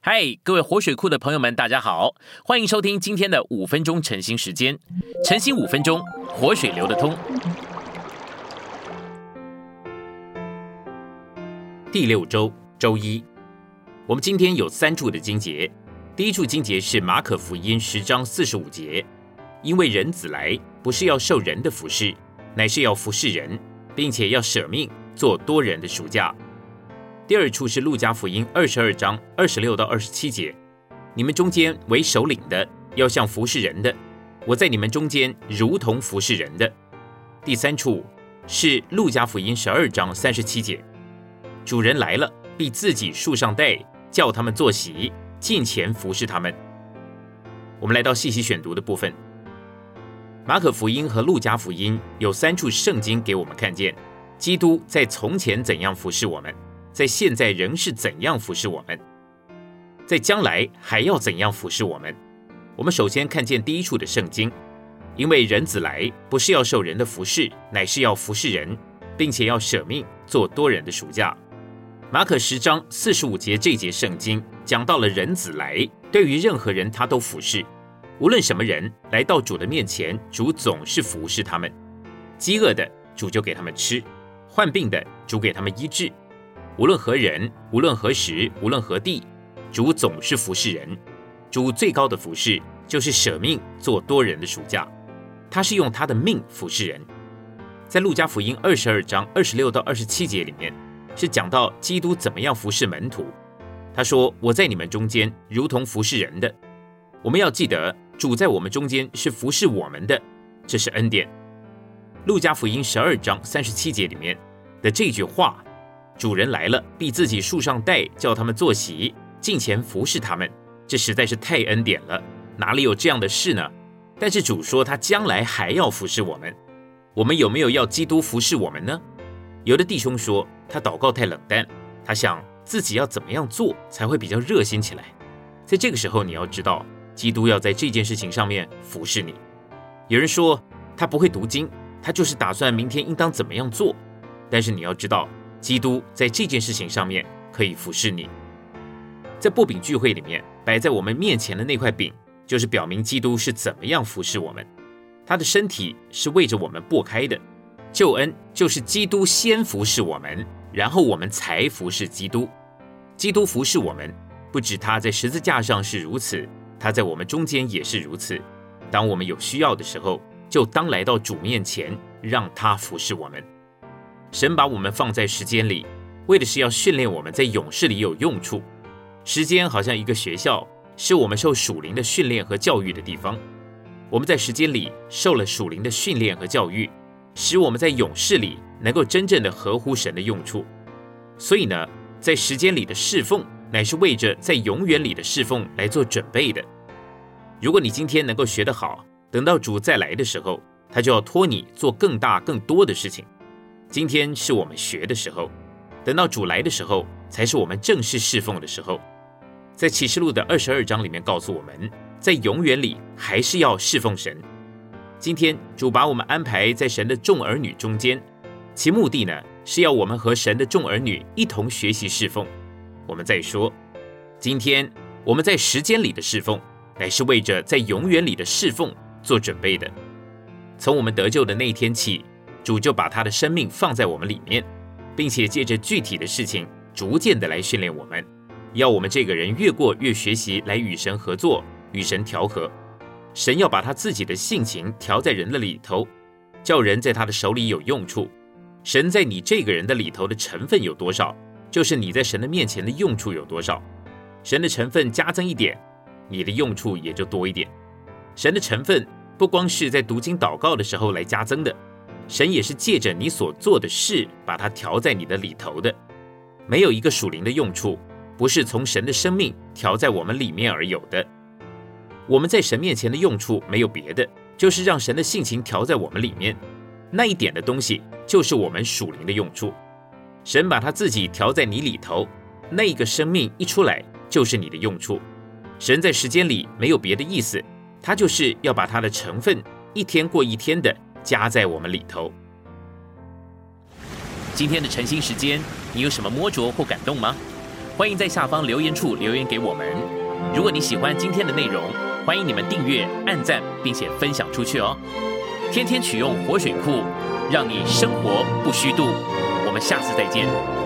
嗨，各位活水库的朋友们，大家好，欢迎收听今天的5分钟晨兴时间。晨兴5分钟，活水流得通。第6周，周一，我们今天有3处的经节。第一处经节是马可福音10章45节，因为人子来，不是要受人的服事，乃是要服事人，并且要舍命做多人的赎价。第二处是路加福音22章26到27节，你们中间为首领的，要像服事人的，我在你们中间如同服事人的。第三处是路加福音12章37节，主人来了，必自己束上带，叫他们坐席，近前服侍他们。我们来到细细选读的部分，马可福音和路加福音有3处圣经给我们看见，基督在从前怎样服侍我们，在现在仍是怎样服侍我们，在将来还要怎样服侍我们。我们首先看见第一处的圣经，因为人子来，不是要受人的服事，乃是要服侍人，并且要舍命做多人的赎价。马可10章45节这节圣经讲到了人子来，对于任何人他都服侍，无论什么人来到主的面前，主总是服侍他们。饥饿的，主就给他们吃；患病的，主给他们医治。无论何人，无论何时，无论何地，主总是服侍人。主最高的服侍就是舍命做多人的赎价，他是用他的命服侍人。在路加福音22章26到27节里面，是讲到基督怎么样服侍门徒。他说，我在你们中间如同服侍人的。我们要记得，主在我们中间是服侍我们的，这是恩典。路加福音12章37节里面的这句话，主人来了，必自己束上带，叫他们坐席，近前服侍他们，这实在是太恩典了，哪里有这样的事呢？但是主说他将来还要服侍我们，我们有没有要基督服侍我们呢？有的弟兄说他祷告太冷淡，他想自己要怎么样做才会比较热心起来。在这个时候你要知道，基督要在这件事情上面服侍你。有人说他不会读经，他就是打算明天应当怎么样做，但是你要知道，基督在这件事情上面可以服侍你。在擘饼聚会里面摆在我们面前的那块饼，就是表明基督是怎么样服侍我们。他的身体是为着我们擘开的，救恩就是基督先服侍我们，然后我们才服侍基督。基督服侍我们，不止他在十字架上是如此，他在我们中间也是如此。当我们有需要的时候，就当来到主面前，让他服侍我们。神把我们放在时间里，为的是要训练我们在勇士里有用处。时间好像一个学校，是我们受属灵的训练和教育的地方。我们在时间里受了属灵的训练和教育，使我们在勇士里能够真正的合乎神的用处。所以呢，在时间里的侍奉，乃是为着在永远里的侍奉来做准备的。如果你今天能够学得好，等到主再来的时候，他就要托你做更大更多的事情。今天是我们学的时候，等到主来的时候，才是我们正式侍奉的时候。在启示录的22章里面告诉我们，在永远里还是要侍奉神。今天主把我们安排在神的众儿女中间，其目的呢，是要我们和神的众儿女一同学习侍奉。我们再说，今天我们在时间里的侍奉，乃是为着在永远里的侍奉做准备的。从我们得救的那一天起，主就把他的生命放在我们里面，并且借着具体的事情逐渐的来训练我们，要我们这个人越过越学习来与神合作，与神调和。神要把他自己的性情调在人的里头，叫人在他的手里有用处。神在你这个人的里头的成分有多少，就是你在神的面前的用处有多少。神的成分加增一点，你的用处也就多一点。神的成分不光是在读经祷告的时候来加增的，神也是借着你所做的事把它调在你的里头的。没有一个属灵的用处不是从神的生命调在我们里面而有的。我们在神面前的用处没有别的，就是让神的性情调在我们里面，那一点的东西就是我们属灵的用处。神把他自己调在你里头，那一个生命一出来就是你的用处。神在时间里没有别的意思，他就是要把他的成分一天过一天的加在我们里头。今天的晨兴时间，你有什么摸着或感动吗？ 欢迎在下方留言处留言给我们。如果你喜欢今天的内容，欢迎你们订阅、按赞，并且分享出去哦。天天取用活水库，让你生活不虚度。我们下次再见。